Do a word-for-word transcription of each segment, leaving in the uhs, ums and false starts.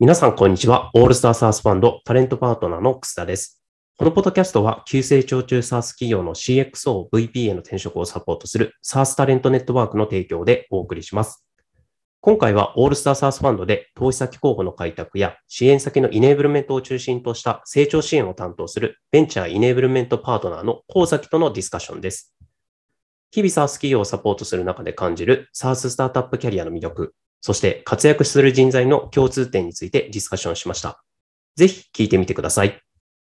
皆さん、こんにちは。オールスター サース ファンドタレントパートナーの楠田です。このポッドキャストは、急成長中 サース 企業の シーエックスオー、ブイピー への転職をサポートする サース タレントネットワークの提供でお送りします。今回は、オールスター サース ファンドで投資先候補の開拓や支援先のイネーブルメントを中心とした成長支援を担当するベンチャーイネーブルメントパートナーの高崎とのディスカッションです。日々 サース 企業をサポートする中で感じる サース スタートアップキャリアの魅力、そして活躍する人材の共通点についてディスカッションしました。ぜひ聞いてみてください。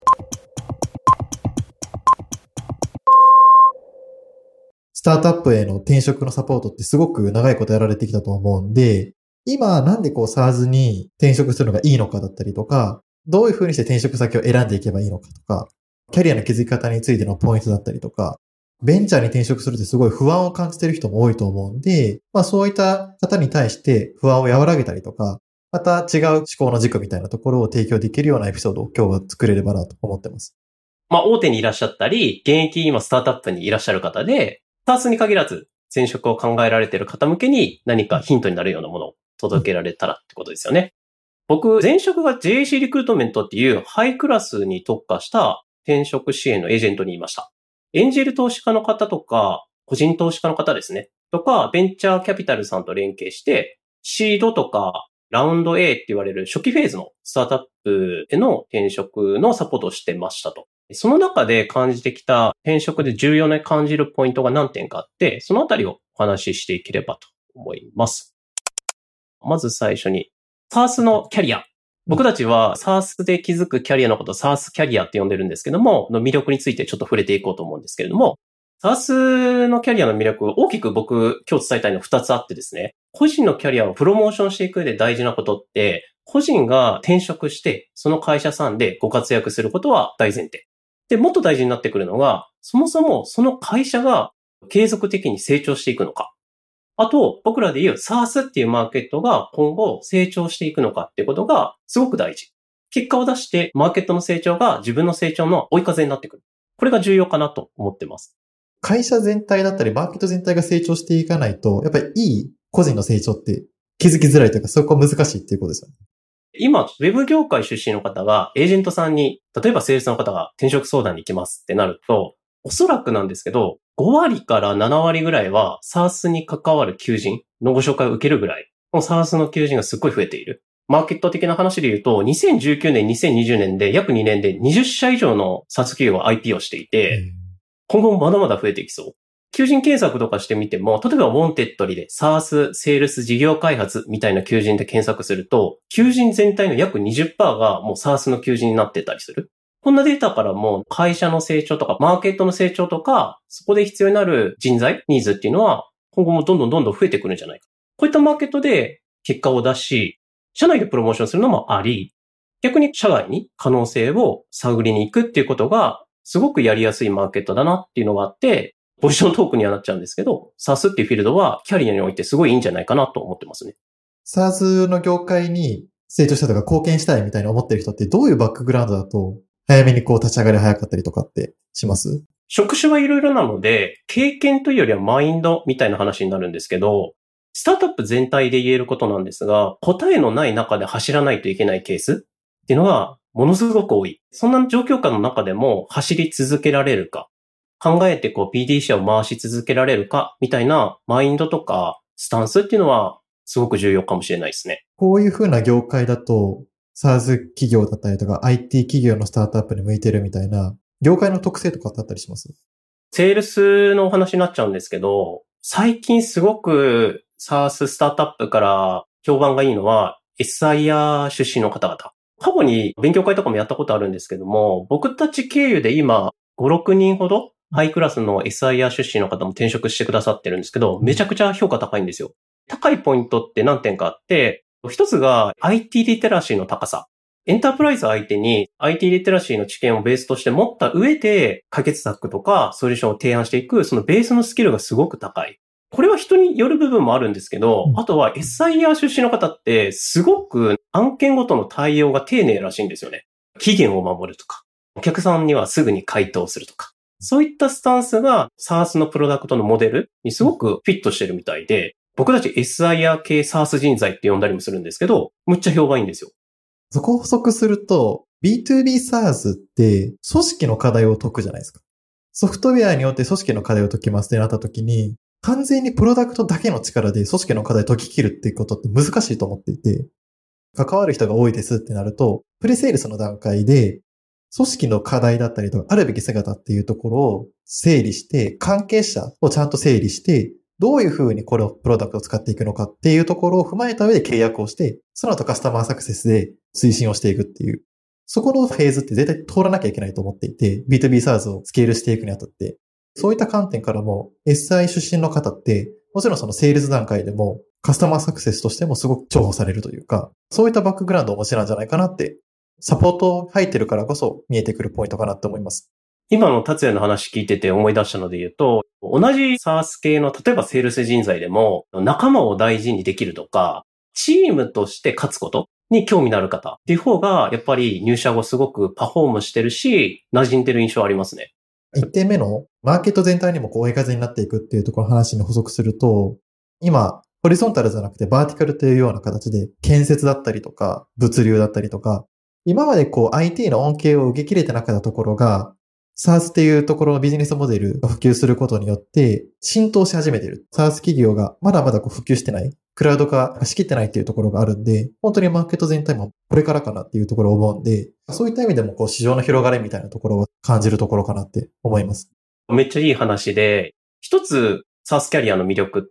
スタートアップへの転職のサポートってすごく長いことやられてきたと思うんで、今なんでこう サーズ に転職するのがいいのかだったりとか、どういうふうにして転職先を選んでいけばいいのかとか、キャリアの築き方についてのポイントだったりとか、ベンチャーに転職するってすごい不安を感じている人も多いと思うんで、まあそういった方に対して不安を和らげたりとか、また違う思考の軸みたいなところを提供できるようなエピソードを今日は作れればなと思ってます。 まあ大手にいらっしゃったり、現役今スタートアップにいらっしゃる方で、サース に限らず転職を考えられている方向けに何かヒントになるようなものを届けられたらってことですよね。僕、前職が ジェーエーシー リクルートメントっていうハイクラスに特化した転職支援のエージェントにいました。エンジェル投資家の方とか、個人投資家の方ですね。とか、ベンチャーキャピタルさんと連携して、シードとか、ラウンド A って言われる初期フェーズのスタートアップへの転職のサポートをしてましたと。その中で感じてきた転職で重要な感じるポイントが何点かあって、そのあたりをお話ししていければと思います。まず最初に、サース のキャリア。僕たちは サース で築くキャリアのことを サース キャリアって呼んでるんですけども、の魅力についてちょっと触れていこうと思うんですけれども、サース のキャリアの魅力、大きく僕今日伝えたいのはふたつあってですね、個人のキャリアをプロモーションしていく上で大事なことって、個人が転職して、その会社さんでご活躍することは大前提。で、もっと大事になってくるのが、そもそもその会社が継続的に成長していくのか。あと、僕らで言う サース っていうマーケットが今後成長していくのかっていうことがすごく大事。結果を出してマーケットの成長が自分の成長の追い風になってくる。これが重要かなと思ってます。 会社全体だったりマーケット全体が成長していかないと、やっぱりいい個人の成長って気づきづらいというか、そこは難しいっていうことですよね。 今、ウェブ業界出身の方がエージェントさんに、例えばセールスの方が転職相談に行きますってなると、おそらくなんですけど、ごわりからななわりぐらいは サース に関わる求人のご紹介を受けるぐらい、もう サース の求人がすっごい増えている。マーケット的な話で言うと、にせんじゅうきゅうねん、にせんにじゅうねんで約にねんでにじゅっしゃ以上の サース 企業が アイピー をしていて、今後もまだまだ増えていきそう。求人検索とかしてみても、例えばウォンテッドリで サース、セールス、事業開発みたいな求人で検索すると、求人全体の約 にじゅっパーセント がもう サース の求人になってたりする。こんなデータからも会社の成長とかマーケットの成長とか、そこで必要になる人材、ニーズっていうのは今後もどんどんどんどん増えてくるんじゃないか。こういったマーケットで結果を出し、社内でプロモーションするのもあり、逆に社外に可能性を探りに行くっていうことがすごくやりやすいマーケットだなっていうのがあって、ポジショントークにはなっちゃうんですけど、サース っていうフィールドはキャリアにおいてすごいいいんじゃないかなと思ってますね。 サース の業界に成長したとか貢献したいみたいに思ってる人ってどういうバックグラウンドだと早めにこう立ち上がり早かったりとかってします？ 職種はいろいろなので、経験というよりはマインドみたいな話になるんですけど、スタートアップ全体で言えることなんですが、答えのない中で走らないといけないケースっていうのがものすごく多い。そんな状況下の中でも走り続けられるか。考えてこう ピーディー 社を回し続けられるかみたいなマインドとかスタンスっていうのはすごく重要かもしれないですね。 こういう風な業界だと サース 企業だったりとか アイティー 企業のスタートアップに向いてるみたいな業界の特性とかってあったりします？ セールスのお話になっちゃうんですけど、最近すごく サース スタートアップから評判がいいのは エスアイアール 出身の方々。過去に勉強会とかもやったことあるんですけども、僕たち経由で今ご、ろくにんほどハイクラスの エスアイアール 出身の方も転職してくださってるんですけど、めちゃくちゃ評価高いんですよ。高いポイントって何点かあって、一つが アイティー リテラシーの高さ。エンタープライズ相手に アイティー リテラシーの知見をベースとして持った上で解決策とかソリューションを提案していく、そのベースのスキルがすごく高い。これは人による部分もあるんですけど、あとは エスアイアール 出身の方ってすごく案件ごとの対応が丁寧らしいんですよね。期限を守るとか、お客さんにはすぐに回答するとか。そういったスタンスが サース のプロダクトのモデルにすごくフィットしてるみたいで、僕たち エスアイアール 系 サース 人材って呼んだりもするんですけど、むっちゃ評判いいんですよ。 そこを補足すると、ビーツービー SaaS って組織の課題を解くじゃないですか。ソフトウェアによって組織の課題を解きますってなった時に、完全にプロダクトだけの力で組織の課題を解き切るっていうことって難しいと思っていて、関わる人が多いですってなると、プレセールスの段階で、組織の課題だったりとか、あるべき姿っていうところを整理して、関係者をちゃんと整理して、どういうふうにこれをプロダクトを使っていくのかっていうところを踏まえた上で契約をして、その後カスタマーサクセスで推進をしていくっていう、そこのフェーズって絶対通らなきゃいけないと思っていて、ビーツービー SaaS をスケールしていくにあたって、そういった観点からも エスアイ 出身の方って、もちろんそのセールス段階でもカスタマーサクセスとしてもすごく重宝されるというか、そういったバックグラウンドをお持ちなんじゃないかなって、サポート入ってるからこそ見えてくるポイントかなと思います。 今の達也の話聞いてて思い出したので言うと、同じ SaaS 系の例えばセールス人材でも仲間を大事にできるとか、チームとして勝つことに興味のある方っていう方がやっぱり入社後すごくパフォームしてるし、馴染んでる印象ありますね。 いってんめのマーケット全体にもこう追い風になっていくっていうところの話に補足すると、今、ホリゾンタルじゃなくてバーティカルというような形で建設だったりとか物流だったりとか、今までこう アイティー の恩恵を受けきれてなかったところが、SaaS っていうところのビジネスモデルが普及することによって浸透し始めている。SaaS 企業がまだまだこう普及してない。クラウド化しきってないっていうところがあるんで、本当にマーケット全体もこれからかなっていうところを思うんで、そういった意味でもこう市場の広がりみたいなところを感じるところかなって思います。 めっちゃいい話で、一つ SaaS キャリアの魅力って、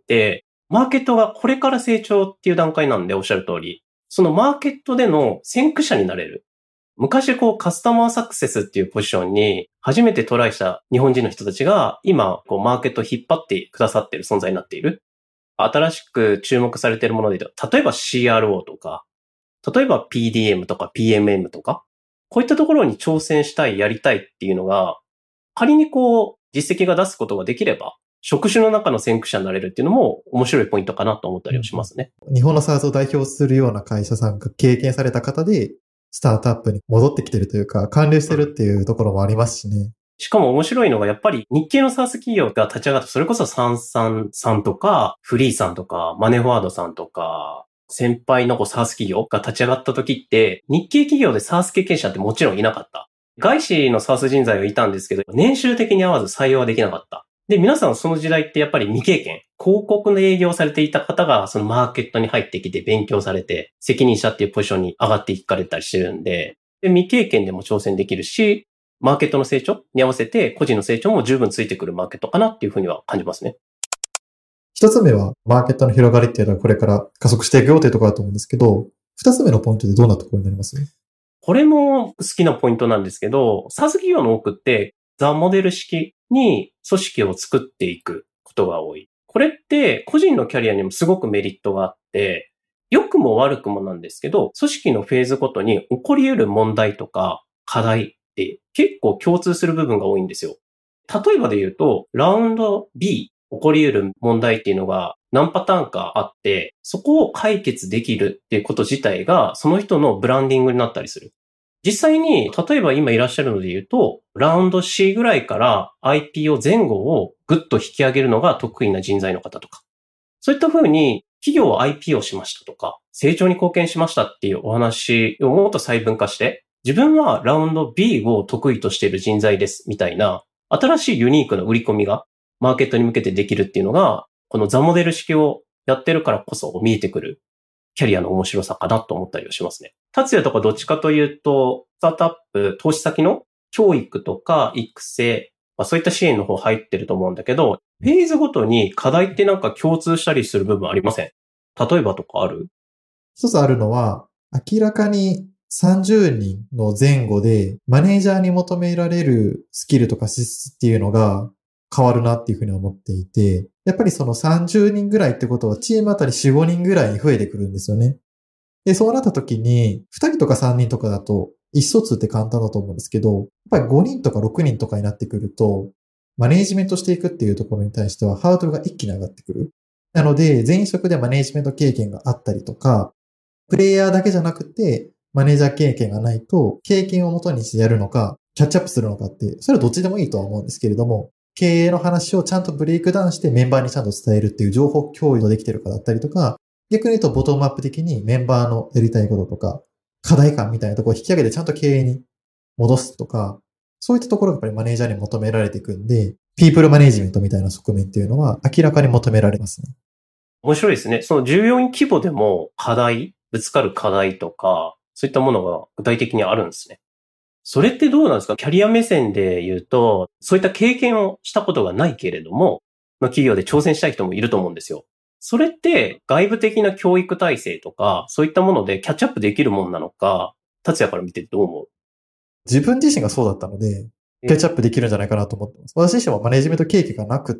マーケットがこれから成長っていう段階なんでおっしゃる通り、そのマーケットでの先駆者になれる。昔こうカスタマーサクセスっていうポジションに初めてトライした日本人の人たちが今こうマーケットを引っ張ってくださっている存在になっている。新しく注目されているもので言うと、例えば シーアールオー とか、例えば ピーディーエム とか ピーエムエム とか、こういったところに挑戦したい、やりたいっていうのが、仮にこう実績が出すことができれば、職種の中の先駆者になれるっていうのも面白いポイントかなと思ったりはしますね。 日本の SaaS を代表するような会社さんが経験された方で、スタートアップに戻ってきてるというか、完了してるっていうところもありますしね。 しかも面白いのがやっぱり日系の SaaS 企業が立ち上がった、それこそサンサンさんとか、フリーさんとか、マネーフォワードさんとか、先輩の SaaS 企業が立ち上がった時って、日系企業で SaaS 経験者ってもちろんいなかった。外資の SaaS 人材はいたんですけど、年収的に合わず採用はできなかった。で、皆さんその時代ってやっぱり未経験、広告の営業をされていた方がそのマーケットに入ってきて勉強されて、責任者っていうポジションに上がっていかれたりしてるんで、で未経験でも挑戦できるし、マーケットの成長に合わせて個人の成長も十分ついてくるマーケットかなっていうふうには感じますね。 一つ目はマーケットの広がりっていうのはこれから加速していくよというところだと思うんですけど、二つ目のポイントでどんなところになりますね。 これも好きなポイントなんですけど、SaaS 企業の多くってザ・モデル式に組織を作っていくことが多い。これって個人のキャリアにもすごくメリットがあって、良くも悪くもなんですけど、組織のフェーズごとに起こり得る問題とか課題って結構共通する部分が多いんですよ。例えばで言うと、ラウンド B 起こり得る問題っていうのが何パターンかあって、そこを解決できるっていうこと自体がその人のブランディングになったりする。実際に、例えば今いらっしゃるので言うと、ラウンド C ぐらいから アイピーオー 前後をぐっと引き上げるのが得意な人材の方とか。そういった風に企業は アイピーオー しましたとか、成長に貢献しましたっていうお話をもっと細分化して、自分はラウンド B を得意としている人材ですみたいな、新しいユニークな売り込みがマーケットに向けてできるっていうのが、このザモデル式をやってるからこそ見えてくるキャリアの面白さかなと思ったりはしますね。達也とかどっちかというと、スタートアップ、投資先の教育とか育成、まあ、そういった支援の方入ってると思うんだけど、フェーズごとに課題ってなんか共通したりする部分ありません？例えばとかある？ 一つあるのは、明らかにさんじゅうにんの前後でマネージャーに求められるスキルとか資質っていうのが変わるなっていうふうに思っていて、やっぱりそのさんじゅうにんぐらいってことはチームあたりよん、ごにんぐらいに増えてくるんですよね。で、そうなった時にふたりとかさんにんとかだと意思疎通って簡単だと思うんですけど、やっぱりごにんとかろくにんとかになってくると、マネージメントしていくっていうところに対してはハードルが一気に上がってくる。なので、前職でマネージメント経験があったりとか、プレイヤーだけじゃなくて、マネージャー経験がないと、経験をもとにしてやるのか、キャッチアップするのかって、それはどっちでもいいとは思うんですけれども、経営の話をちゃんとブレイクダウンしてメンバーにちゃんと伝えるっていう情報共有ができてるかだったりとか、逆に言うとボトムアップ的にメンバーのやりたいこととか、 課題感みたいなところを引き上げてちゃんと経営に戻すとか、そういったところがやっぱりマネージャーに求められていくんで、ピープルマネージメントみたいな側面っていうのは明らかに求められますね。 面白いですね。その従業員規模でも課題、ぶつかる課題とか、そういったものが具体的にあるんですね。それってどうなんですか？キャリア目線で言うと、そういった経験をしたことがないけれども、まあ、企業で挑戦したい人もいると思うんですよ。それって外部的な教育体制とか、そういったものでキャッチアップできるものなのか、達也から見てどう思う？ 自分自身がそうだったので、キャッチアップできるんじゃないかなと思ってます。私自身はマネジメント経験がなくって、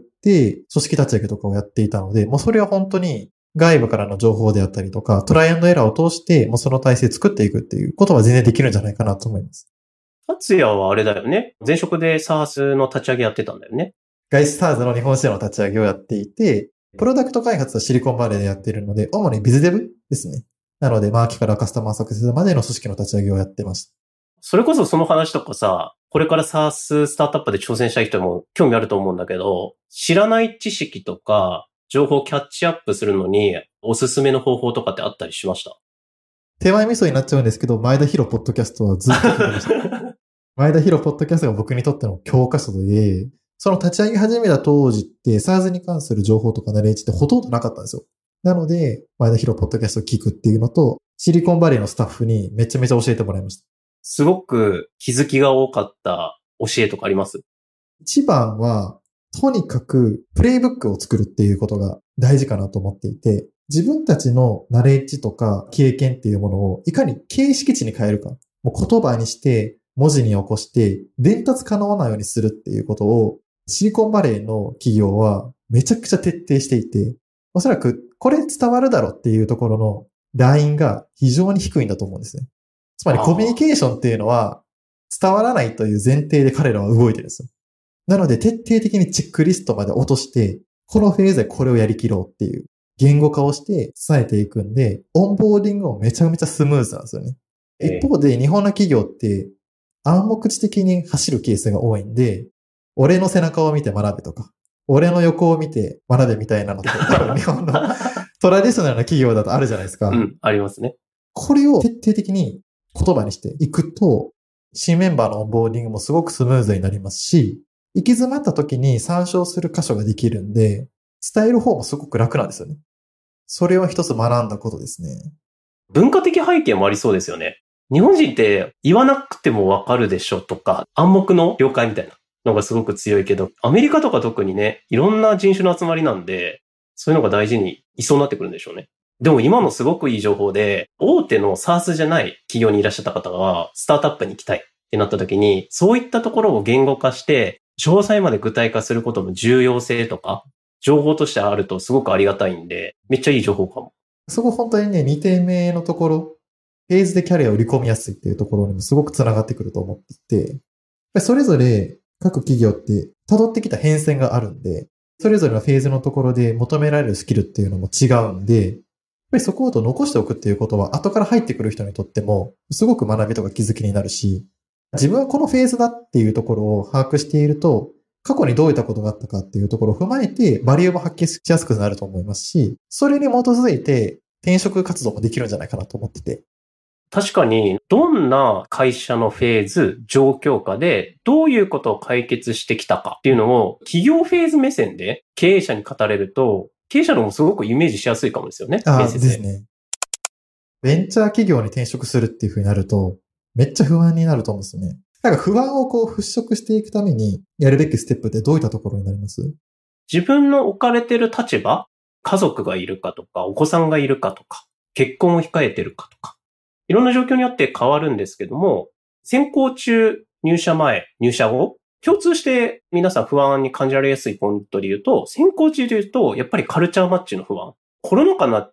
組織立ち上げとかをやっていたので、もうそれは本当に外部からの情報であったりとか、トライアンドエラーを通して、もうその体制作っていくっていうことは全然できるんじゃないかなと思います。 達也はあれだよね。前職で SaaS の立ち上げやってたんだよね。 ガイスターズの日本支社の立ち上げをやっていて、プロダクト開発はシリコンバレーでやっているので、主にビズデブですね。なので、マーケからカスタマーサクセスまでの組織の立ち上げをやってました。 それこそその話とかさ、これから SaaS スタートアップで挑戦したい人も興味あると思うんだけど、知らない知識とか情報をキャッチアップするのにおすすめの方法とかってあったりしました？ 手前味噌になっちゃうんですけど、前田博ポッドキャストはずっと聞いてました。前田博ポッドキャストが僕にとっての教科書で、その立ち上げ始めた当時って SaaS に関する情報とかナレッジってほとんどなかったんですよ。なので、前田博ポッドキャストを聞くっていうのと、シリコンバレーのスタッフにめちゃめちゃ教えてもらいました。 すごく気づきが多かった教えとかあります？ 一番は、とにかくプレイブックを作るっていうことが大事かなと思っていて、自分たちのナレッジとか経験っていうものをいかに形式値に変えるか、もう言葉にして文字に起こして伝達可能なようにするっていうことをシリコンバレーの企業はめちゃくちゃ徹底していて、おそらくこれ伝わるだろうっていうところのラインが非常に低いんだと思うんですね。つまりコミュニケーションっていうのは伝わらないという前提で彼らは動いてるんですよ。なので徹底的にチェックリストまで落として、このフェーズでこれをやりきろうっていう言語化をして伝えていくんで、オンボーディングもめちゃめちゃスムーズなんですよね。一方で日本の企業って暗黙知的に走るケースが多いんで、俺の背中を見て学べとか、俺の横を見て学べみたいなのって多分日本のトラディショナルな企業だとあるじゃないですか。 うん、ありますね。 これを徹底的に言葉にしていくと、新メンバーのオンボーディングもすごくスムーズになりますし、行き詰まった時に参照する箇所ができるんで、伝える方もすごく楽なんですよね。それは一つ学んだことですね。 文化的背景もありそうですよね。日本人って言わなくてもわかるでしょとか、暗黙の了解みたいなのがすごく強いけど、アメリカとか特にね、いろんな人種の集まりなんで、そういうのが大事にいそうになってくるんでしょうね。でも今のすごくいい情報で、大手の SaaS じゃない企業にいらっしゃった方が、スタートアップに行きたいってなった時に、そういったところを言語化して、詳細まで具体化することの重要性とか、情報としてあるとすごくありがたいんで、めっちゃいい情報かも。 そこ本当にね、にてんめのところ、フェーズでキャリアを売り込みやすいっていうところにもすごく繋がってくると思っていて、それぞれ各企業って辿ってきた変遷があるんで、それぞれのフェーズのところで求められるスキルっていうのも違うんで、やっぱりそこを残しておくっていうことは後から入ってくる人にとってもすごく学びとか気づきになるし、自分はこのフェーズだっていうところを把握していると、過去にどういったことがあったかっていうところを踏まえてバリューも発揮しやすくなると思いますし、それに基づいて転職活動もできるんじゃないかなと思ってて。 確かに、どんな会社のフェーズ、状況下で、どういうことを解決してきたかっていうのを、企業フェーズ目線で経営者に語れると、経営者のもすごくイメージしやすいかもですよね。 ああ、ですね。ベンチャー企業に転職するっていう風になると、めっちゃ不安になると思うんですよね。なんか不安をこう払拭していくために、やるべきステップってどういったところになります？ 自分の置かれてる立場、家族がいるかとか、お子さんがいるかとか、結婚を控えてるかとか、いろんな状況によって変わるんですけども、選考中、入社前、入社後、共通して皆さん不安に感じられやすいポイントで言うと、選考中で言うと、やっぱりカルチャーマッチの不安。コロナ禍になって、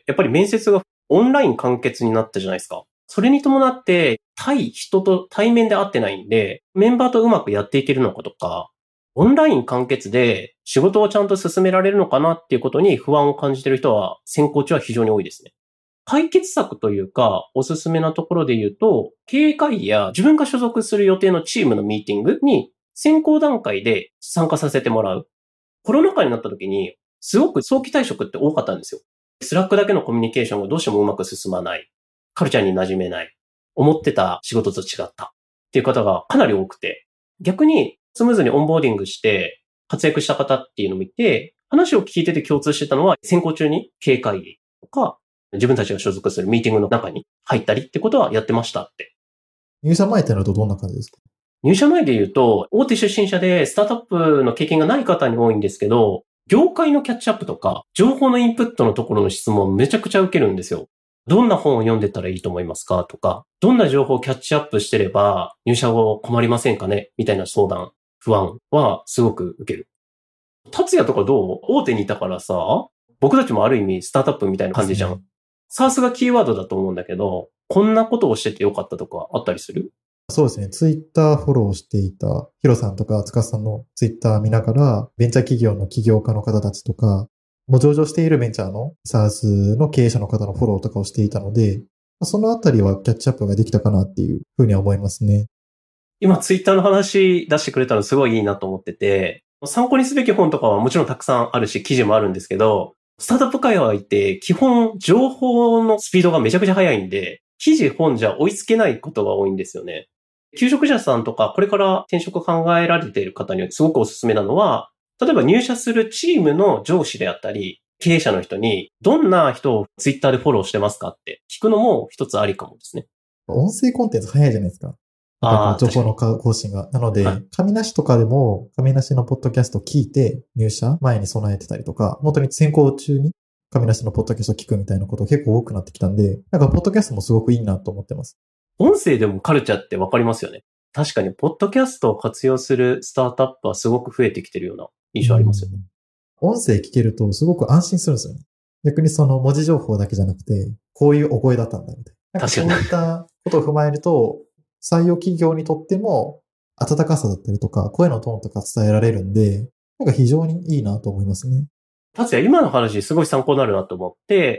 やっぱり面接がオンライン完結になったじゃないですか。それに伴って、対人と対面で会ってないんで、メンバーとうまくやっていけるのかとか、オンライン完結で仕事をちゃんと進められるのかなっていうことに不安を感じている人は、選考中は非常に多いですね。解決策というか、おすすめなところで言うと、経営会議や自分が所属する予定のチームのミーティングに先行段階で参加させてもらう。コロナ禍になった時に、すごく早期退職って多かったんですよ。スラックだけのコミュニケーションがどうしてもうまく進まない。 カルチャーに馴染めない。思ってた仕事と違ったっていう方がかなり多くて、逆にスムーズにオンボーディングして活躍した方っていうのを見て、話を聞いてて共通してたのは、選考中に経営会議とか、自分たちが所属するミーティングの中に入ったりってことはやってましたって。 入社前ってなるとどんな感じですか？ 入社前で言うと、大手出身者でスタートアップの経験がない方に多いんですけど、業界のキャッチアップとか、情報のインプットのところの質問をめちゃくちゃ受けるんですよ。どんな本を読んでたらいいと思いますかとか、どんな情報をキャッチアップしてれば入社後困りませんかねみたいな相談、不安はすごく受ける。達也とかどう？大手にいたからさ、僕たちもある意味スタートアップみたいな感じじゃん。サースがキーワードだと思うんだけど、こんなことをしててよかったとかあったりする？ そうですね。ツイッターフォローしていたヒロさんとか塚さんのツイッター見ながら、ベンチャー企業の起業家の方たちとか、もう上場しているベンチャーの サース の経営者の方のフォローとかをしていたので、そのあたりはキャッチアップができたかなっていうふうには思いますね。 今ツイッターの話出してくれたのすごいいいなと思ってて、参考にすべき本とかはもちろんたくさんあるし、記事もあるんですけど、スタートアップ界隈って基本情報のスピードがめちゃくちゃ速いんで、記事本じゃ追いつけないことが多いんですよね。求職者さんとかこれから転職考えられている方にすごくおすすめなのは、例えば入社するチームの上司であったり、経営者の人にどんな人をツイッターでフォローしてますかって聞くのも一つありかもですね。 音声コンテンツ早いじゃないですか。あ情報の更新が。なので、はい、紙なしとかでも、紙なしのポッドキャスト聞いて、入社前に備えてたりとか、本当に選考中に紙なしのポッドキャスト聞くみたいなこと結構多くなってきたんで、なんかポッドキャストもすごくいいなと思ってます。 音声でもカルチャーってわかりますよね。確かに、ポッドキャストを活用するスタートアップはすごく増えてきてるような印象ありますよね。 音声聞けるとすごく安心するんですよね。逆にその文字情報だけじゃなくて、こういうお声だったんだみたいな。確かに。そういったことを踏まえると、採用企業にとっても温かさだったりとか、声のトーンとか伝えられるんで、なんか非常にいいなと思いますね。 達也、今の話すごい参考になるなと思って、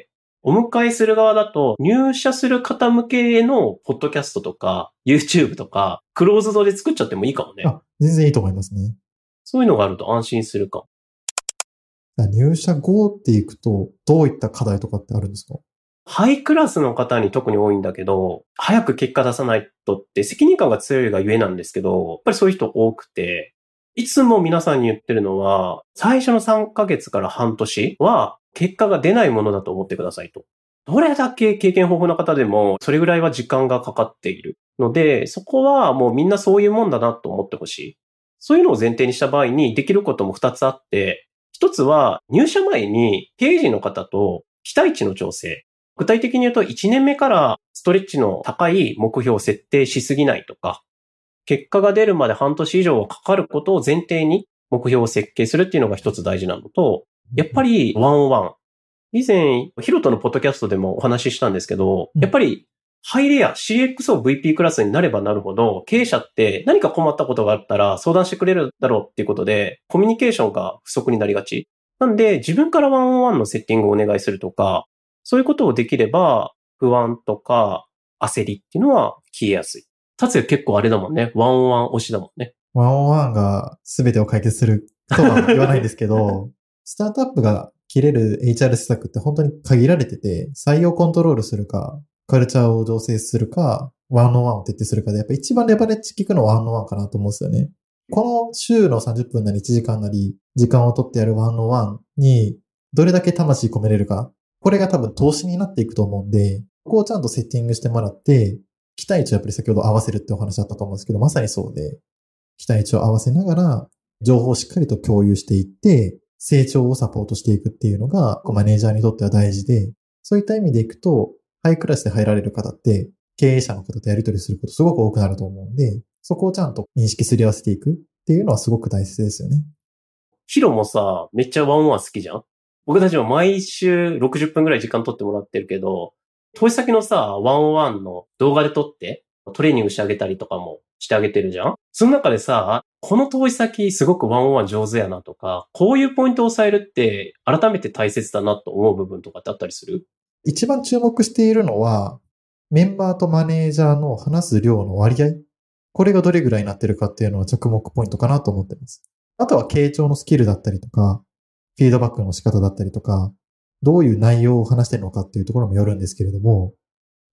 お迎えする側だと入社する方向けへのポッドキャストとか YouTube とかクローズドで作っちゃってもいいかもね。 あ、全然いいと思いますね。 そういうのがあると安心するか。 入社後っていくとどういった課題とかってあるんですか？ ハイクラスの方に特に多いんだけど、早く結果出さないとって責任感が強いがゆえなんですけど、やっぱりそういう人多くて、いつも皆さんに言ってるのは、最初のさんかげつから半年は結果が出ないものだと思ってくださいと。どれだけ経験豊富な方でも、それぐらいは時間がかかっているので、そこはもうみんなそういうもんだなと思ってほしい。そういうのを前提にした場合にできることもふたつあって、ひとつは入社前に経営陣の方と期待値の調整。具体的に言うといちねんめからストレッチの高い目標を設定しすぎないとか、結果が出るまで半年以上かかることを前提に目標を設計するっていうのが一つ大事なのと、やっぱりワンオンワン。以前、ヒロトのポッドキャストでもお話ししたんですけど、やっぱりハイレア シーエックスオーブイピー クラスになればなるほど、経営者って何か困ったことがあったら相談してくれるだろうっていうことで、コミュニケーションが不足になりがち。なんで、自分からワンオンワンのセッティングをお願いするとか、そういうことをできれば、不安とか焦りっていうのは消えやすい。達也結構あれだもんね。ワンオンワン推しだもんね。 ワンオンワンが全てを解決するとは言わないんですけど、スタートアップが切れる エイチアール 施策って本当に限られてて、採用コントロールするか、カルチャーを醸成するか、ワンオンワンを徹底するかで、やっぱ一番レバレッジ効くのはワンオンワンかなと思うんですよね。この週のさんじゅっぷんなりいちじかんなり、時間を取ってやるワンオンワンに、どれだけ魂込めれるか。これが多分投資になっていくと思うんで、ここをちゃんとセッティングしてもらって、期待値をやっぱり先ほど合わせるってお話あったと思うんですけど、まさにそうで、期待値を合わせながら、情報をしっかりと共有していって、成長をサポートしていくっていうのが、マネージャーにとっては大事で、そういった意味でいくと、ハイクラスで入られる方って、経営者の方とやり取りすることすごく多くなると思うんで、そこをちゃんと認識すり合わせていくっていうのはすごく大切ですよね。 ヒロもさ、めっちゃワンオンワン好きじゃん？僕たちも毎週ろくじゅっぷんぐらい時間取ってもらってるけど、投資先のさ、ワンオンワンの動画で撮ってトレーニングしてあげたりとかもしてあげてるじゃん？その中でさ、この投資先すごくワンオンワン上手やなとか、こういうポイントを抑えるって改めて大切だなと思う部分とかってあったりする？ 一番注目しているのは、メンバーとマネージャーの話す量の割合。これがどれぐらいになってるかっていうのは着目ポイントかなと思ってます。あとは傾聴のスキルだったりとか、フィードバックの仕方だったりとか、どういう内容を話してるのかっていうところもよるんですけれども、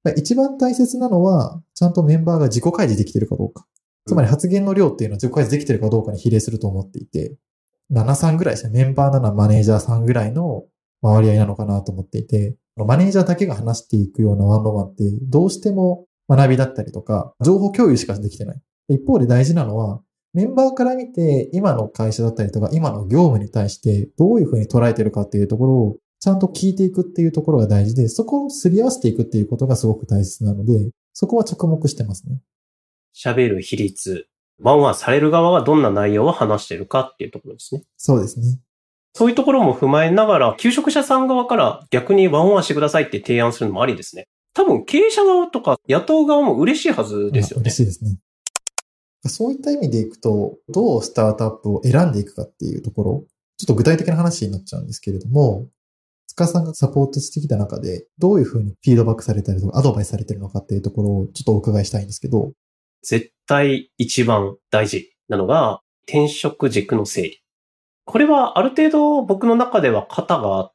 一番大切なのは、ちゃんとメンバーが自己開示できているかどうか。つまり発言の量っていうのは自己開示できているかどうかに比例すると思っていて、なな、さんぐらいですね。メンバーなな、マネージャーさんぐらいの回り合いなのかなと思っていて、マネージャーだけが話していくようなワンロマンって、どうしても学びだったりとか、情報共有しかできてない。一方で大事なのは、メンバーから見て、今の会社だったりとか、今の業務に対して、どういうふうに捉えてるかっていうところを、ちゃんと聞いていくっていうところが大事で、そこをすり合わせていくっていうことがすごく大切なので、そこは着目してますね。 喋る比率。ワンワンされる側はどんな内容を話しているかっていうところですね。 そうですね。 そういうところも踏まえながら、求職者さん側から逆にワンワンしてくださいって提案するのもありですね。多分経営者側とか雇う側も嬉しいはずですよね。 嬉しいですね。そういった意味でいくと、どうスタートアップを選んでいくかっていうところ、ちょっと具体的な話になっちゃうんですけれども、塚さんがサポートしてきた中で、どういうふうにフィードバックされたりとか、アドバイスされてるのかっていうところをちょっとお伺いしたいんですけど。 絶対一番大事なのが、転職軸の整理。これはある程度僕の中では型があって、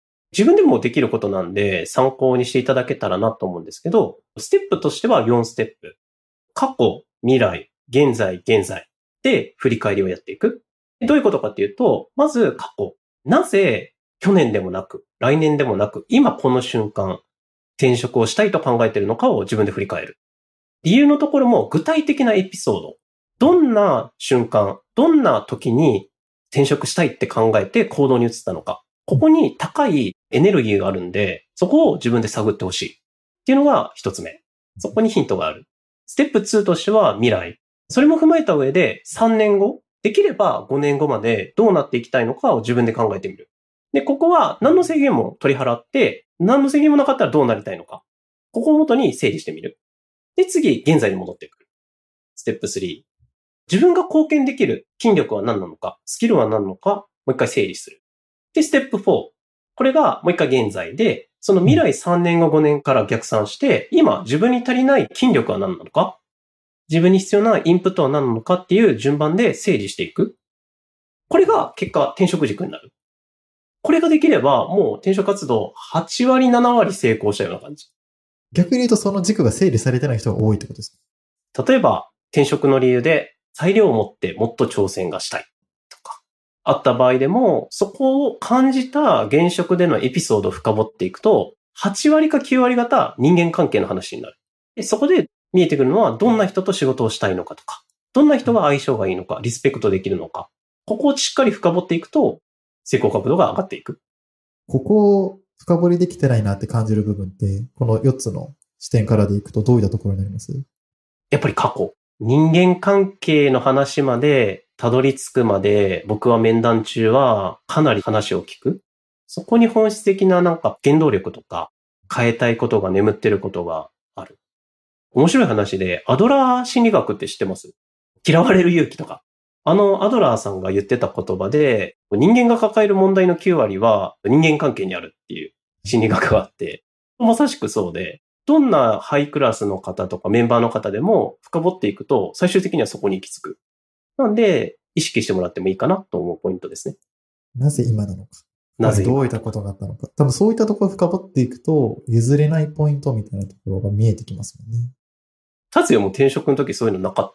自分でもできることなんで参考にしていただけたらなと思うんですけど、ステップとしてはよんステップ。過去、未来、現在、現在で振り返りをやっていく。どういうことかっていうと、まず過去。なぜ去年でもなく、来年でもなく、今この瞬間、転職をしたいと考えているのかを自分で振り返る。理由のところも具体的なエピソード。どんな瞬間、どんな時に転職したいって考えて行動に移ったのか。ここに高いエネルギーがあるんで、そこを自分で探ってほしい。っていうのが一つ目。そこにヒントがある。ステップツーとしては未来。それも踏まえた上でさんねんご、できればごねんごまでどうなっていきたいのかを自分で考えてみる。で、ここは何の制限も取り払って、何の制限もなかったらどうなりたいのか。ここをもとに整理してみる。で、次、現在に戻ってくる。ステップスリー。自分が貢献できる筋力は何なのか、スキルは何なのか、もう一回整理する。で、ステップフォー。これがもう一回現在で、その未来さんねんご、ごねんから逆算して、今自分に足りない筋力は何なのか、自分に必要なインプットは何なのかっていう順番で整理していく。これが結果転職軸になる。これができればもう転職活動はちわりななわり成功したような感じ。 逆に言うとその軸が整理されてない人が多いってことですか？例えば転職の理由で裁量を持ってもっと挑戦がしたいとかあった場合でも、そこを感じた現職でのエピソードを深掘っていくと、はちわりかきゅうわり方人間関係の話になる。でそこで見えてくるのはどんな人と仕事をしたいのかとか、どんな人が相性がいいのか、リスペクトできるのか、ここをしっかり深掘っていくと成功角度が上がっていく。 ここを深掘りできてないなって感じる部分って、このよっつの視点からでいくとどういったところになります？ やっぱり過去。人間関係の話までたどり着くまで、僕は面談中はかなり話を聞く。そこに本質的ななんか原動力とか変えたいことが眠ってることがある。面白い話で、アドラー心理学って知ってます？嫌われる勇気とか。あのアドラーさんが言ってた言葉で、人間が抱える問題のきゅうわりは人間関係にあるっていう心理学があって、まさしくそうで、どんなハイクラスの方とかメンバーの方でも深掘っていくと最終的にはそこに行き着く。なんで意識してもらってもいいかなと思うポイントですね。 なぜ今なのか。 なぜ今どういったことがあったのか。多分そういったところを深掘っていくと譲れないポイントみたいなところが見えてきますもんね。 達也も転職の時そういうのなかった？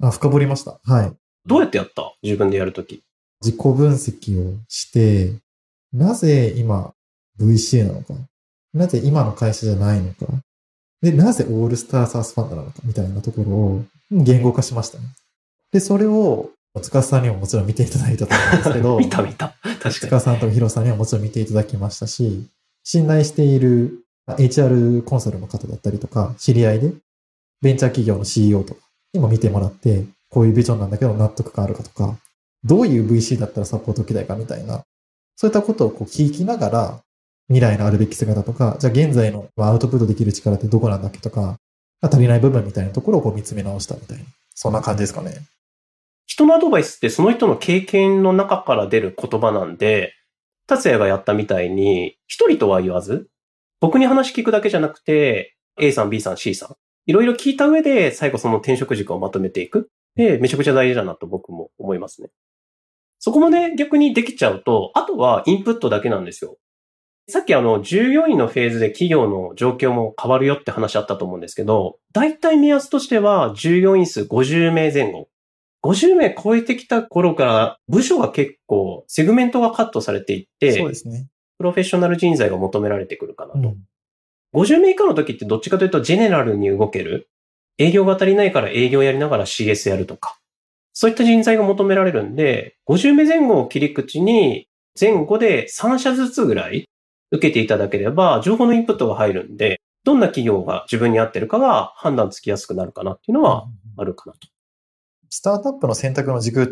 あ、深掘りました。はい。 どうやってやった？自分でやるとき。 自己分析をして、なぜ今 ブイシー なのか。なぜ今の会社じゃないのか。で、なぜオールスターサースファンドなのかみたいなところを言語化しましたね。で、それを塚さんにももちろん見ていただいたと思うんですけど。 見た見た。確かに。 塚さんとヒロさんにはもちろん見ていただきましたし、信頼している エイチアール コンサルの方だったりとか、知り合いで、ベンチャー企業の シーイーオー とかにも見てもらって、こういうビジョンなんだけど納得感あるかとか、どういう ブイシー だったらサポート受けたいかみたいな、そういったことをこう聞きながら、未来のあるべき姿とか、じゃあ現在のアウトプットできる力ってどこなんだっけとか、足りない部分みたいなところをこう見つめ直したみたいな、そんな感じですかね。 人のアドバイスってその人の経験の中から出る言葉なんで、達也がやったみたいに、一人とは言わず、僕に話聞くだけじゃなくて、A さん、B さん、C さん、いろいろ聞いた上で最後その転職軸をまとめていく。で、めちゃくちゃ大事だなと僕も思いますね。そこまで逆にできちゃうと、あとはインプットだけなんですよ。 さっきあの、従業員のフェーズで企業の状況も変わるよって話あったと思うんですけど、大体目安としては従業員数ごじゅうめいぜん後。ごじゅうめい超えてきた頃から部署が結構セグメントがカットされていって、 そうですね。 プロフェッショナル人材が求められてくるかなと。 うん、 ごじゅうめい以下の時ってどっちかというとジェネラルに動ける。営業が足りないから営業やりながら シーエス やるとか。そういった人材が求められるんで、ごじゅうめいぜん後を切り口に前後でさん社ずつぐらい受けていただければ情報のインプットが入るんで、どんな企業が自分に合ってるかが判断つきやすくなるかなっていうのはあるかなと。 スタートアップの選択の軸って、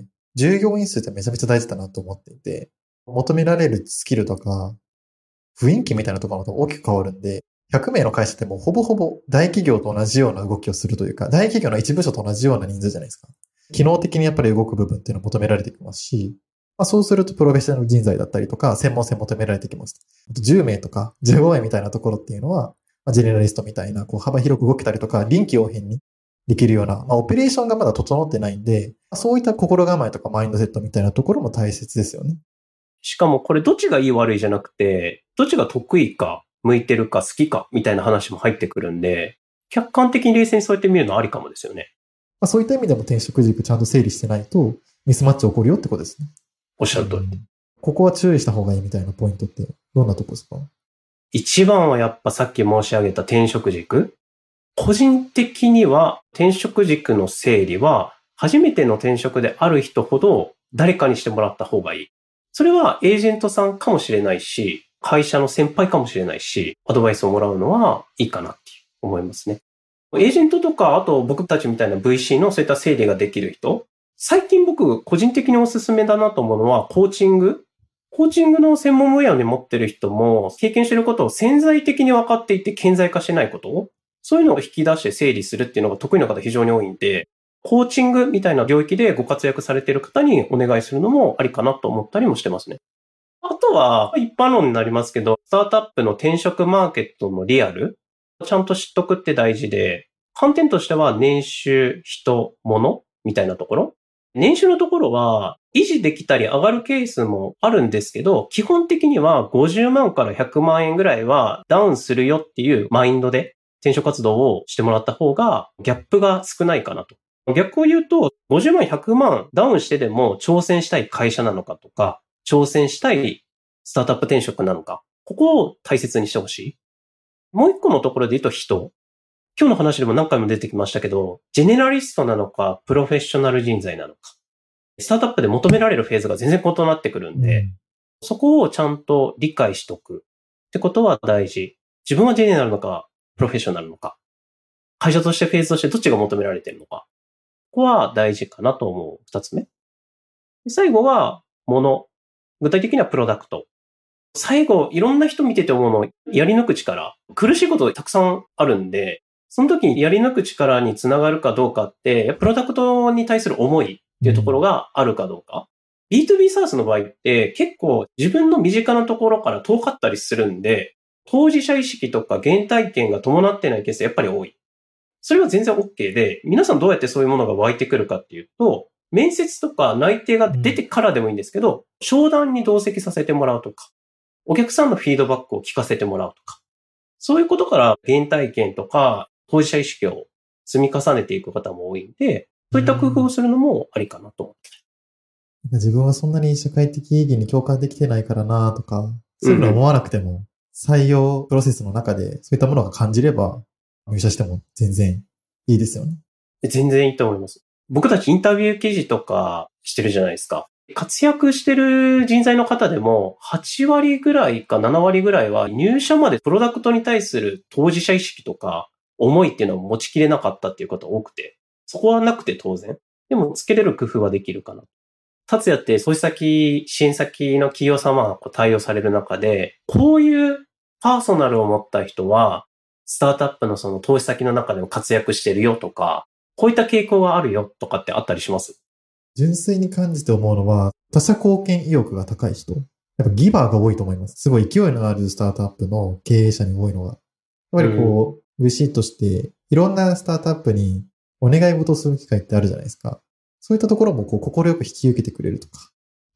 従業員数ってめちゃめちゃ大事だなと思っていて、求められるスキルとか、雰囲気みたいなところと大きく変わるんで、ひゃくめいの会社ってもうほぼほぼ大企業と同じような動きをするというか、大企業の一部署と同じような人数じゃないですか。機能的にやっぱり動く部分っていうのを求められてきますし、まあ、そうするとプロフェッショナル人材だったりとか、専門性求められてきます。あとじゅうめいとかじゅうごめいみたいなところっていうのは、まあ、ジェネラリストみたいな、こう幅広く動けたりとか、臨機応変にできるような、まあ、オペレーションがまだ整ってないんで、そういった心構えとかマインドセットみたいなところも大切ですよね。 しかもこれどっちがいい悪いじゃなくて、どっちが得意か、向いてるか好きかみたいな話も入ってくるんで、客観的に冷静にそうやって見るのはありかもですよね。 まあ、そういった意味でも転職軸ちゃんと整理してないとミスマッチ起こるよってことですね。 おっしゃる通り。 ここは注意した方がいいみたいなポイントってどんなとこですか？ 一番はやっぱさっき申し上げた転職軸。個人的には転職軸の整理は初めての転職である人ほど誰かにしてもらった方がいい。それはエージェントさんかもしれないし、会社の先輩かもしれないし、アドバイスをもらうのはいいかなって思いますね。エージェントとか、あと僕たちみたいな ブイシー のそういった整理ができる人。最近僕個人的におすすめだなと思うのはコーチング。コーチングの専門分野に持ってる人も経験していることを潜在的に分かっていて顕在化してないことを、そういうのを引き出して整理するっていうのが得意な方非常に多いんで、コーチングみたいな領域でご活躍されている方にお願いするのもありかなと思ったりもしてますね。あとは一般論になりますけど、スタートアップの転職マーケットのリアル、ちゃんと知っとくって大事で、観点としては年収、人、物みたいなところ。年収のところは維持できたり上がるケースもあるんですけど、基本的にはごじゅうまんからひゃくまんえんぐらいはダウンするよっていうマインドで転職活動をしてもらった方がギャップが少ないかなと。逆を言うと、ごじゅうまん、ひゃくまんダウンしてでも挑戦したい会社なのかとか、挑戦したいスタートアップ転職なのか、ここを大切にしてほしい。もう一個のところで言うと人。今日の話でも何回も出てきましたけど、ジェネラリストなのか、プロフェッショナル人材なのか。スタートアップで求められるフェーズが全然異なってくるんで、うん、そこをちゃんと理解しとくってことは大事。自分はジェネラルのか、プロフェッショナルのか。会社としてフェーズとしてどっちが求められているのか。ここは大事かなと思う二つ目。最後は、もの。具体的にはプロダクト。最後、いろんな人見てて思うの、やり抜く力。苦しいことたくさんあるんで、その時にやり抜く力につながるかどうかって、プロダクトに対する思いっていうところがあるかどうか。うん、ビーツービー サースの場合って結構自分の身近なところから遠かったりするんで、当事者意識とか原体験が伴ってないケースやっぱり多い。それは全然 OK で、皆さんどうやってそういうものが湧いてくるかっていうと、面接とか内定が出てからでもいいんですけど、うん、商談に同席させてもらうとか、お客さんのフィードバックを聞かせてもらうとか、そういうことから原体験とか当事者意識を積み重ねていく方も多いんで、そういった工夫をするのもありかなと思って。 自分はそんなに社会的意義に共感できてないからなとか、そういうの思わなくても、うんうん、採用プロセスの中でそういったものが感じれば、入社しても全然いいですよね。 全然いいと思います。僕たちインタビュー記事とかしてるじゃないですか。活躍してる人材の方でもはちわりぐらいかななわりぐらいは入社までプロダクトに対する当事者意識とか思いっていうのを持ちきれなかったっていう方多くて、そこはなくて当然。でもつけれる工夫はできるかな。達也って投資先、支援先の企業様が対応される中で、こういうパーソナルを持った人はスタートアップのその投資先の中でも活躍してるよとか、こういった傾向があるよとかってあったりします？ 純粋に感じて思うのは、他者貢献意欲が高い人。やっぱギバーが多いと思います。すごい勢いのあるスタートアップの経営者に多いのが。やっぱりこう、ブイシー として、いろんなスタートアップにお願い事をする機会ってあるじゃないですか。そういったところもこう、心よく引き受けてくれるとか。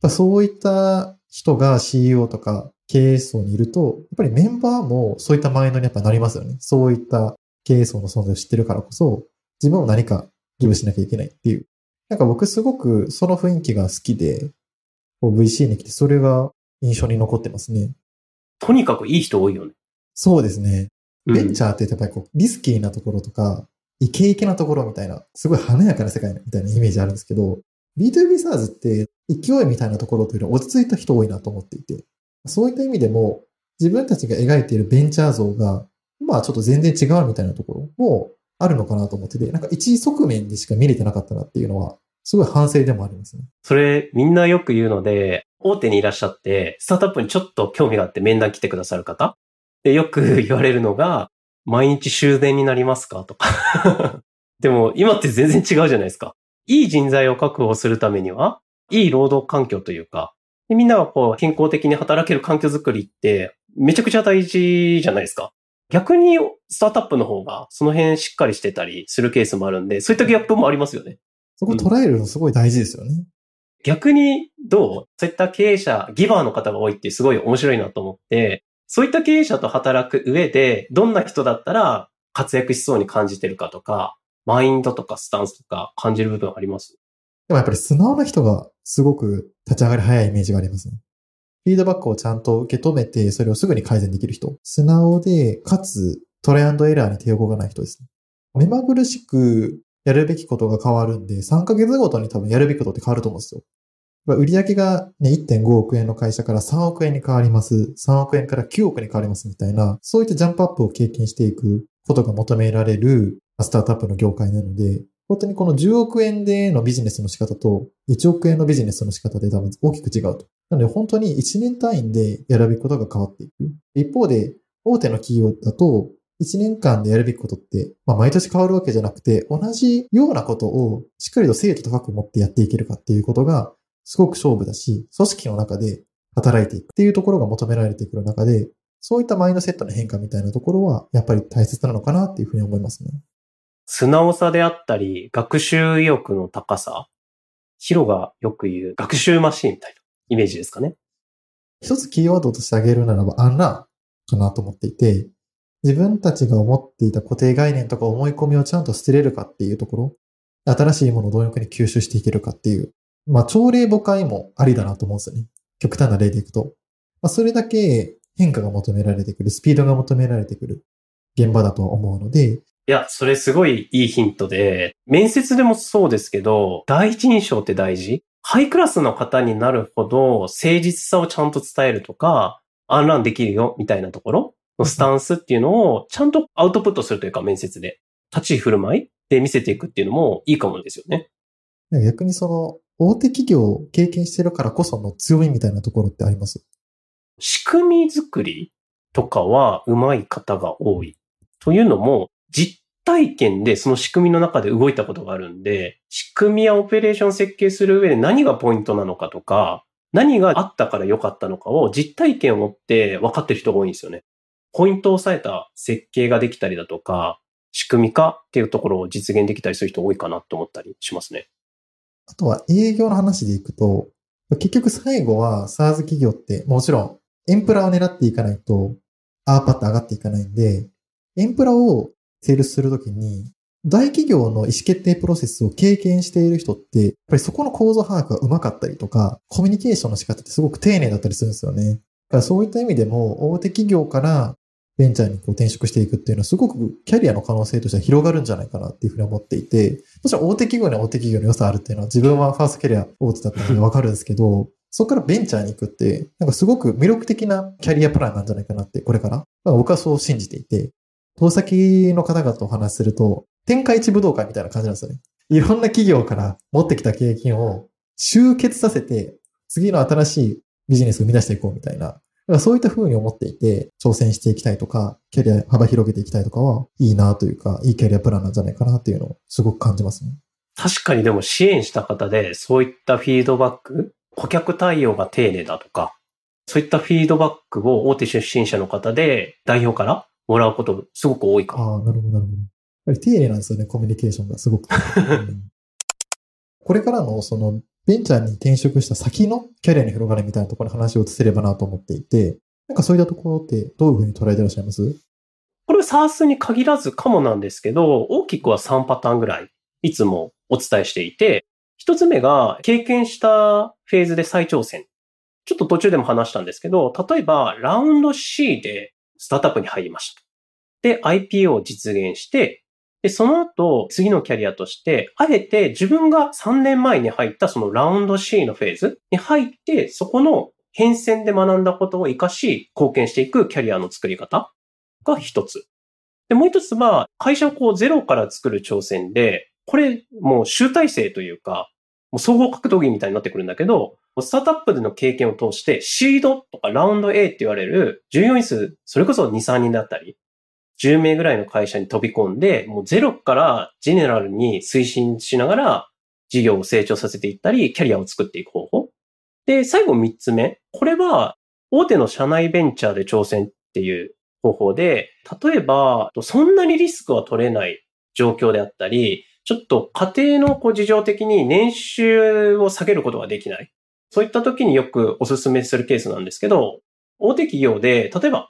そういった人が シーイーオー とか経営層にいると、やっぱりメンバーもそういったマインドにやっぱなりますよね。そういった経営層の存在を知ってるからこそ、自分も何かギブしなきゃいけないっていう。なんか僕すごくその雰囲気が好きで、ブイシー に来てそれが印象に残ってますね。 とにかくいい人多いよね。 そうですね。 うん、 ベンチャーってやっぱりこうリスキーなところとか、イケイケなところみたいな、すごい華やかな世界みたいなイメージあるんですけど、ビーツービー サーズって勢いみたいなところというより落ち着いた人多いなと思っていて、そういった意味でも自分たちが描いているベンチャー像が、まあちょっと全然違うみたいなところもあるのかなと思ってて、なんか一側面でしか見れてなかったなっていうのは、すごい反省でもありますね。 それみんなよく言うので、大手にいらっしゃって、スタートアップにちょっと興味があって面談来てくださる方でよく言われるのが、毎日終電になりますかとか。でも今って全然違うじゃないですか。いい人材を確保するためには、いい労働環境というか、でみんながこう健康的に働ける環境づくりってめちゃくちゃ大事じゃないですか。逆にスタートアップの方がその辺しっかりしてたりするケースもあるんで、そういったギャップもありますよね。 そこ捉えるのすごい大事ですよね。うん、 逆にどうそういった経営者、ギバーの方が多いってすごい面白いなと思って、そういった経営者と働く上で、どんな人だったら活躍しそうに感じてるかとか、マインドとかスタンスとか感じる部分あります？ でもやっぱり素直な人がすごく立ち上がり早いイメージがありますね。フィードバックをちゃんと受け止めて、それをすぐに改善できる人。素直で、かつトライアンドエラーに抵抗がない人ですね。目まぐるしくやるべきことが変わるんで、さんかげつごとに多分やるべきことって変わると思うんですよ。売上が、ね、いってんごおく円の会社からさんおく円に変わります。さんおく円からきゅうおくに変わりますみたいな、そういったジャンプアップを経験していくことが求められるスタートアップの業界なので、本当にこのじゅうおく円でのビジネスの仕方といちおく円のビジネスの仕方で多分大きく違うと。なので本当にいちねん単位でやるべきことが変わっていく。一方で、大手の企業だと、いちねんかんでやるべきことって、まあ毎年変わるわけじゃなくて、同じようなことをしっかりと精度高く持ってやっていけるかっていうことが、すごく勝負だし、組織の中で働いていくっていうところが求められてくる中で、そういったマインドセットの変化みたいなところは、やっぱり大切なのかなっていうふうに思いますね。 素直さであったり、学習意欲の高さ。ヒロがよく言う学習マシーンみたいなイメージですかね。 一つキーワードとして挙げるならば、アンラーかなと思っていて、自分たちが思っていた固定概念とか思い込みをちゃんと捨てれるかっていうところ、新しいものをどういうふうに吸収していけるかっていう、まあ、朝令暮改もありだなと思うんですよね。極端な例でいくと。まあ、それだけ変化が求められてくる、スピードが求められてくる現場だと思うので。 いや、それすごいいいヒントで、面接でもそうですけど、第一印象って大事。ハイクラスの方になるほど、誠実さをちゃんと伝えるとか、アンランできるよ、みたいなところのスタンスっていうのを、ちゃんとアウトプットするというか、面接で。立ち居振る舞いで見せていくっていうのもいいかもですよね。 逆にその、大手企業を経験してるからこその強みみたいなところってあります？ 仕組み作りとかは上手い方が多い。というのも、実体験でその仕組みの中で動いたことがあるんで、仕組みやオペレーション設計する上で何がポイントなのかとか、何があったから良かったのかを実体験を持って分かってる人が多いんですよね。ポイントを抑えた設計ができたりだとか、仕組み化っていうところを実現できたりする人多いかなと思ったりしますね。 あとは営業の話でいくと、結局最後は SaaS 企業ってもちろんエンプラを狙っていかないとアーパッと上がっていかないんで、エンプラをセールスするときに大企業の意思決定プロセスを経験している人って、やっぱりそこの構造把握が上手かったりとか、コミュニケーションの仕方ってすごく丁寧だったりするんですよね。だからそういった意味でも大手企業からベンチャーにこう転職していくっていうのはすごくキャリアの可能性としては広がるんじゃないかなっていうふうに思っていて、もちろん大手企業には大手企業の良さあるっていうのは自分はファーストキャリア大手だったのでわかるんですけど、そこからベンチャーに行くって、なんかすごく魅力的なキャリアプランなんじゃないかなって、これから。まあ、僕はそう信じていて、投先の方々とお話しすると、天下一武道会みたいな感じなんですよね。いろんな企業から持ってきた経験を集結させて、次の新しいビジネスを生み出していこうみたいな。そういった風に思っていて、挑戦していきたいとか、キャリア幅広げていきたいとかは、いいなというか、いいキャリアプランなんじゃないかなっていうのをすごく感じますね。 確かにでも支援した方で、そういったフィードバック、顧客対応が丁寧だとか、そういったフィードバックを大手出身者の方で代表からもらうことすごく多いかも。 ああ、なるほど、なるほど。やっぱり丁寧なんですよね、コミュニケーションがすごく。うん、これからのそのベンチャーに転職した先のキャリアの広がりみたいなところに話を移せればなと思っていて、なんかそういったところってどういうふうに捉えていらっしゃいます？ これは SaaS に限らずかもなんですけど、大きくはさんパターンぐらいいつもお伝えしていて、一つ目が経験したフェーズで再挑戦。ちょっと途中でも話したんですけど、例えばラウンド C でスタートアップに入りました。で、アイピーオー を実現して、で、その後、次のキャリアとして、あえて自分がさんねんまえに入ったそのラウンド C のフェーズに入って、そこの変遷で学んだことを活かし、貢献していくキャリアの作り方が一つ。で、もう一つは、会社をこうゼロから作る挑戦で、これもう集大成というか、もう総合格闘技みたいになってくるんだけど、スタートアップでの経験を通して、シードとかラウンド A って言われる従業員数、それこそに、さんにんだったり、じゅうめいぐらいの会社に飛び込んで、もうゼロからジェネラルに推進しながら事業を成長させていったり、キャリアを作っていく方法。で、最後みっつめ。これは大手の社内ベンチャーで挑戦っていう方法で、例えば、そんなにリスクは取れない状況であったり、ちょっと家庭のこう事情的に年収を下げることができない。そういった時によくお勧めするケースなんですけど、大手企業で、例えば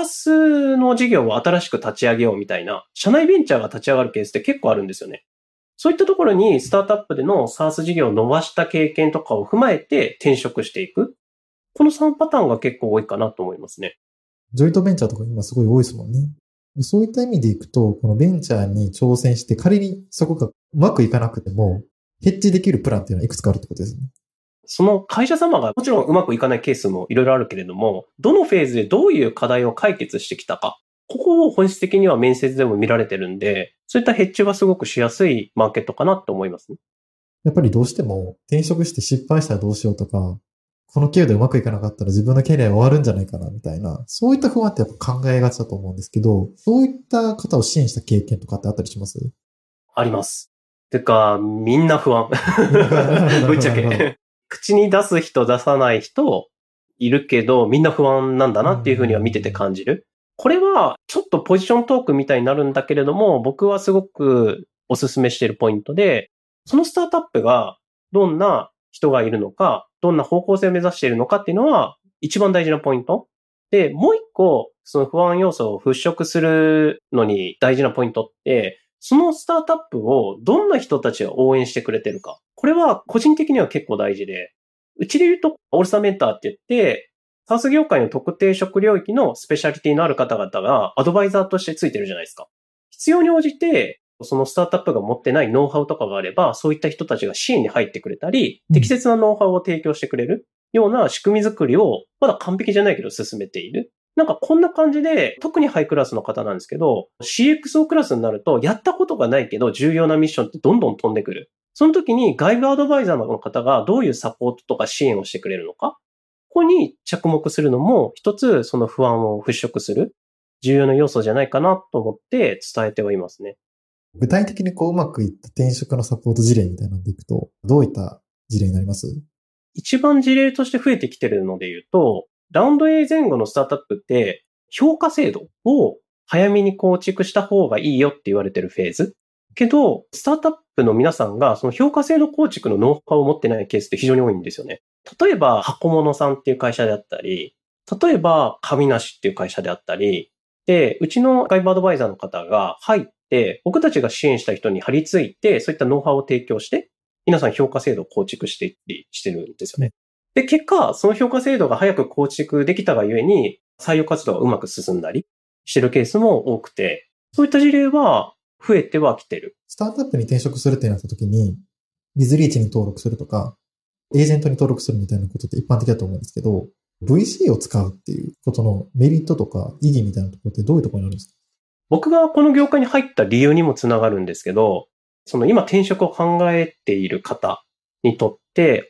SaaS の事業を新しく立ち上げようみたいな、社内ベンチャーが立ち上がるケースって結構あるんですよね。そういったところにスタートアップでの SaaS 事業を伸ばした経験とかを踏まえて転職していく。このさんパターンが結構多いかなと思いますね。 ジョイントベンチャーとか今すごい多いですもんね。そういった意味でいくと、このベンチャーに挑戦して仮にそこがうまくいかなくても、ヘッジできるプランっていうのはいくつかあるってことですね。 その会社様がもちろんうまくいかないケースもいろいろあるけれども、どのフェーズでどういう課題を解決してきたか、ここを本質的には面接でも見られてるんで、そういったヘッジはすごくしやすいマーケットかなと思いますね。 やっぱりどうしても転職して失敗したらどうしようとか、この経由でうまくいかなかったら自分のキャリアが終わるんじゃないかなみたいな、そういった不安ってやっぱ考えがちだと思うんですけど、そういった方を支援した経験とかってあったりします？ あります。てか、みんな不安。ぶっちゃけ。口に出す人出さない人いるけど、みんな不安なんだなっていうふうには見てて感じる。これはちょっとポジショントークみたいになるんだけれども、僕はすごくお勧めしているポイントで、そのスタートアップがどんな人がいるのか、どんな方向性を目指しているのかっていうのは一番大事なポイント。で、もう一個、その不安要素を払拭するのに大事なポイントって、そのスタートアップをどんな人たちが応援してくれてるか。これは個人的には結構大事で、うちで言うとオールスターメンターって言って、サース業界の特定職領域のスペシャリティのある方々がアドバイザーとしてついてるじゃないですか。必要に応じて、そのスタートアップが持ってないノウハウとかがあれば、そういった人たちが支援に入ってくれたり、適切なノウハウを提供してくれるような仕組み作りを、まだ完璧じゃないけど進めている。なんかこんな感じで、特にハイクラスの方なんですけど、シーエックスオー クラスになると、やったことがないけど重要なミッションってどんどん飛んでくる。その時に外部アドバイザーの方がどういうサポートとか支援をしてくれるのか、ここに着目するのも一つその不安を払拭する重要な要素じゃないかなと思って伝えてはいますね。 具体的にこううまくいった転職のサポート事例みたいなのでいくと、どういった事例になります？ 一番事例として増えてきてるので言うと、ラウンド A 前後のスタートアップって評価制度を早めに構築した方がいいよって言われてるフェーズ。けど、スタートアップの皆さんがその評価制度構築のノウハウを持ってないケースって非常に多いんですよね。例えば、箱物さんっていう会社であったり、例えば、神梨っていう会社であったり、で、うちの外部アドバイザーの方が入って、僕たちが支援した人に張り付いて、そういったノウハウを提供して、皆さん評価制度を構築していってしてるんですよね。で、結果、その評価制度が早く構築できたがゆえに、採用活動がうまく進んだりしてるケースも多くて、そういった事例は増えてはきてる。 スタートアップに転職するってなった時に、ビズリーチに登録するとか、エージェントに登録するみたいなことって一般的だと思うんですけど、ブイシー を使うっていうことのメリットとか意義みたいなところってどういうところにあるんですか？ 僕がこの業界に入った理由にもつながるんですけど、その今転職を考えている方にとって、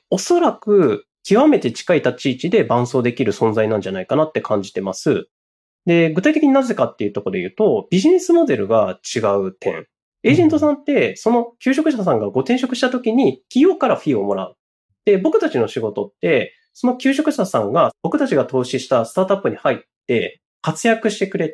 おそらく極めて近い立ち位置で伴走できる存在なんじゃないかなって感じてます。で、具体的になぜかっていうところで言うと、ビジネスモデルが違う点。エージェントさんって、その求職者さんがご転職した時に企業からフィーをもらう。で、僕たちの仕事って、その求職者さんが僕たちが投資したスタートアップに入って活躍してくれて、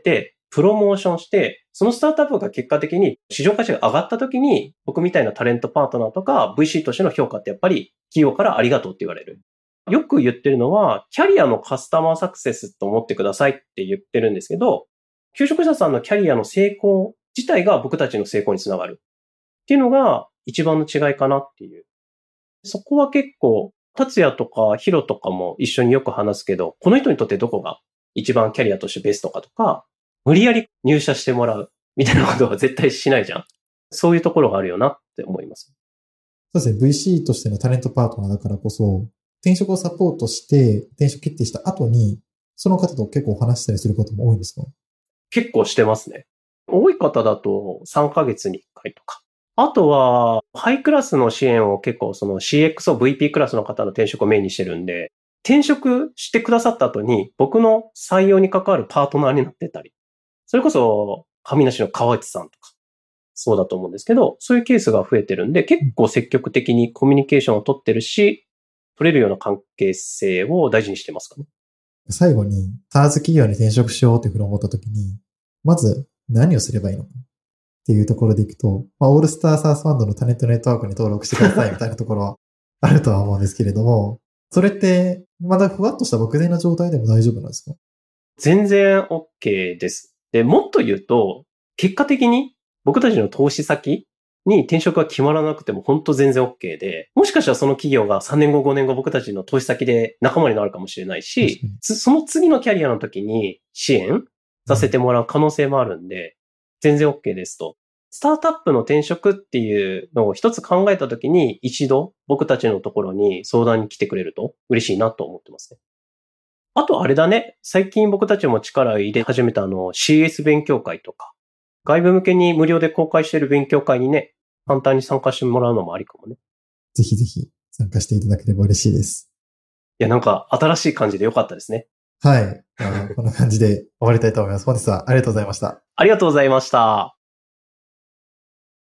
プロモーションして、そのスタートアップが結果的に市場価値が上がった時に、僕みたいなタレントパートナーとか ブイシー としての評価ってやっぱり企業からありがとうって言われる。よく言ってるのは、キャリアのカスタマーサクセスと思ってくださいって言ってるんですけど、求職者さんのキャリアの成功自体が僕たちの成功につながるっていうのが一番の違いかなっていう。そこは結構、達也とかヒロとかも一緒によく話すけど、この人にとってどこが一番キャリアとしてベストかとか、無理やり入社してもらうみたいなことは絶対しないじゃん。そういうところがあるよなって思います。 そうですね。ブイシー としてのタレントパートナーだからこそ、転職をサポートして転職決定した後に、その方と結構お話したりすることも多いんですか？ 結構してますね。多い方だとさんかげつにいっかいとか。あとは、ハイクラスの支援を結構その シーエックスオー、ブイピー クラスの方の転職をメインにしてるんで、転職してくださった後に僕の採用に関わるパートナーになってたり、それこそ上梨の川内さんとか、そうだと思うんですけど、そういうケースが増えてるんで、結構積極的にコミュニケーションを取ってるし、取れるような関係性を大事にしてますかね。 最後に、サーズ企業に転職しようというふうに思ったときに、まず何をすればいいのかっていうところでいくと、まあ、オールスターサースファンドのタレントネットワークに登録してくださいみたいなところはあるとは思うんですけれども、それってまだふわっとした漠然な状態でも大丈夫なんですか？ 全然 OK です。で、もっと言うと、結果的に僕たちの投資先に転職が決まらなくても本当全然 OK で、もしかしたらその企業がさんねんご、ごねんご僕たちの投資先で仲間になるかもしれないし、その次のキャリアの時に支援させてもらう可能性もあるんで、全然 OK ですと。スタートアップの転職っていうのを一つ考えた時に一度僕たちのところに相談に来てくれると嬉しいなと思ってますね。あとあれだね、最近僕たちも力を入れ始めたあの シーエス 勉強会とか、外部向けに無料で公開している勉強会にね、簡単に参加してもらうのもありかもね。 ぜひぜひ参加していただければ嬉しいです。 いや、なんか新しい感じでよかったですね。 はい。こんな感じで終わりたいと思います。本日はありがとうございました。 ありがとうございました。